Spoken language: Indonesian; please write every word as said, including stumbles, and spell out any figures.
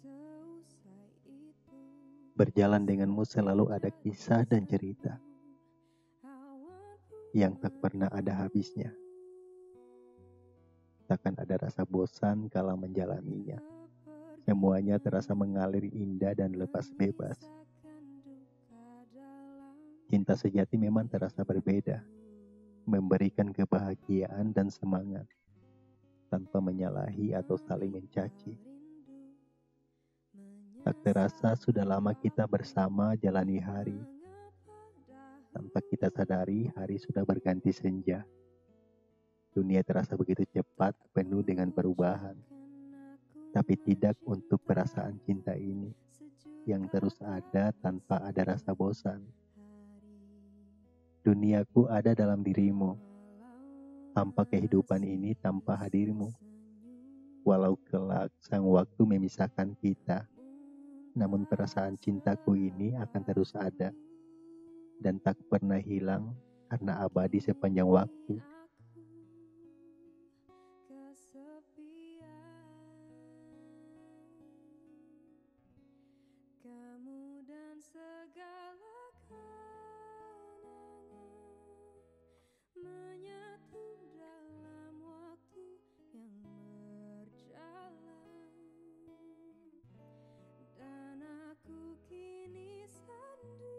Berjalan denganmu selalu ada kisah dan cerita yang tak pernah ada habisnya. Takkan ada rasa bosan kala menjalaninya. Semuanya terasa mengalir indah dan lepas bebas. Cinta sejati memang terasa berbeda, memberikan kebahagiaan dan semangat, tanpa menyalahi atau saling mencaci. Tak terasa sudah lama kita bersama jalani hari. Tanpa kita sadari, hari sudah berganti senja. Dunia terasa begitu cepat, penuh dengan perubahan. Tapi tidak untuk perasaan cinta ini, yang terus ada tanpa ada rasa bosan. Duniaku ada dalam dirimu, tanpa kehidupan ini tanpa hadirmu. Walau kelak sang waktu memisahkan kita, namun perasaan cintaku ini akan terus ada, dan tak pernah hilang karena abadi sepanjang waktu.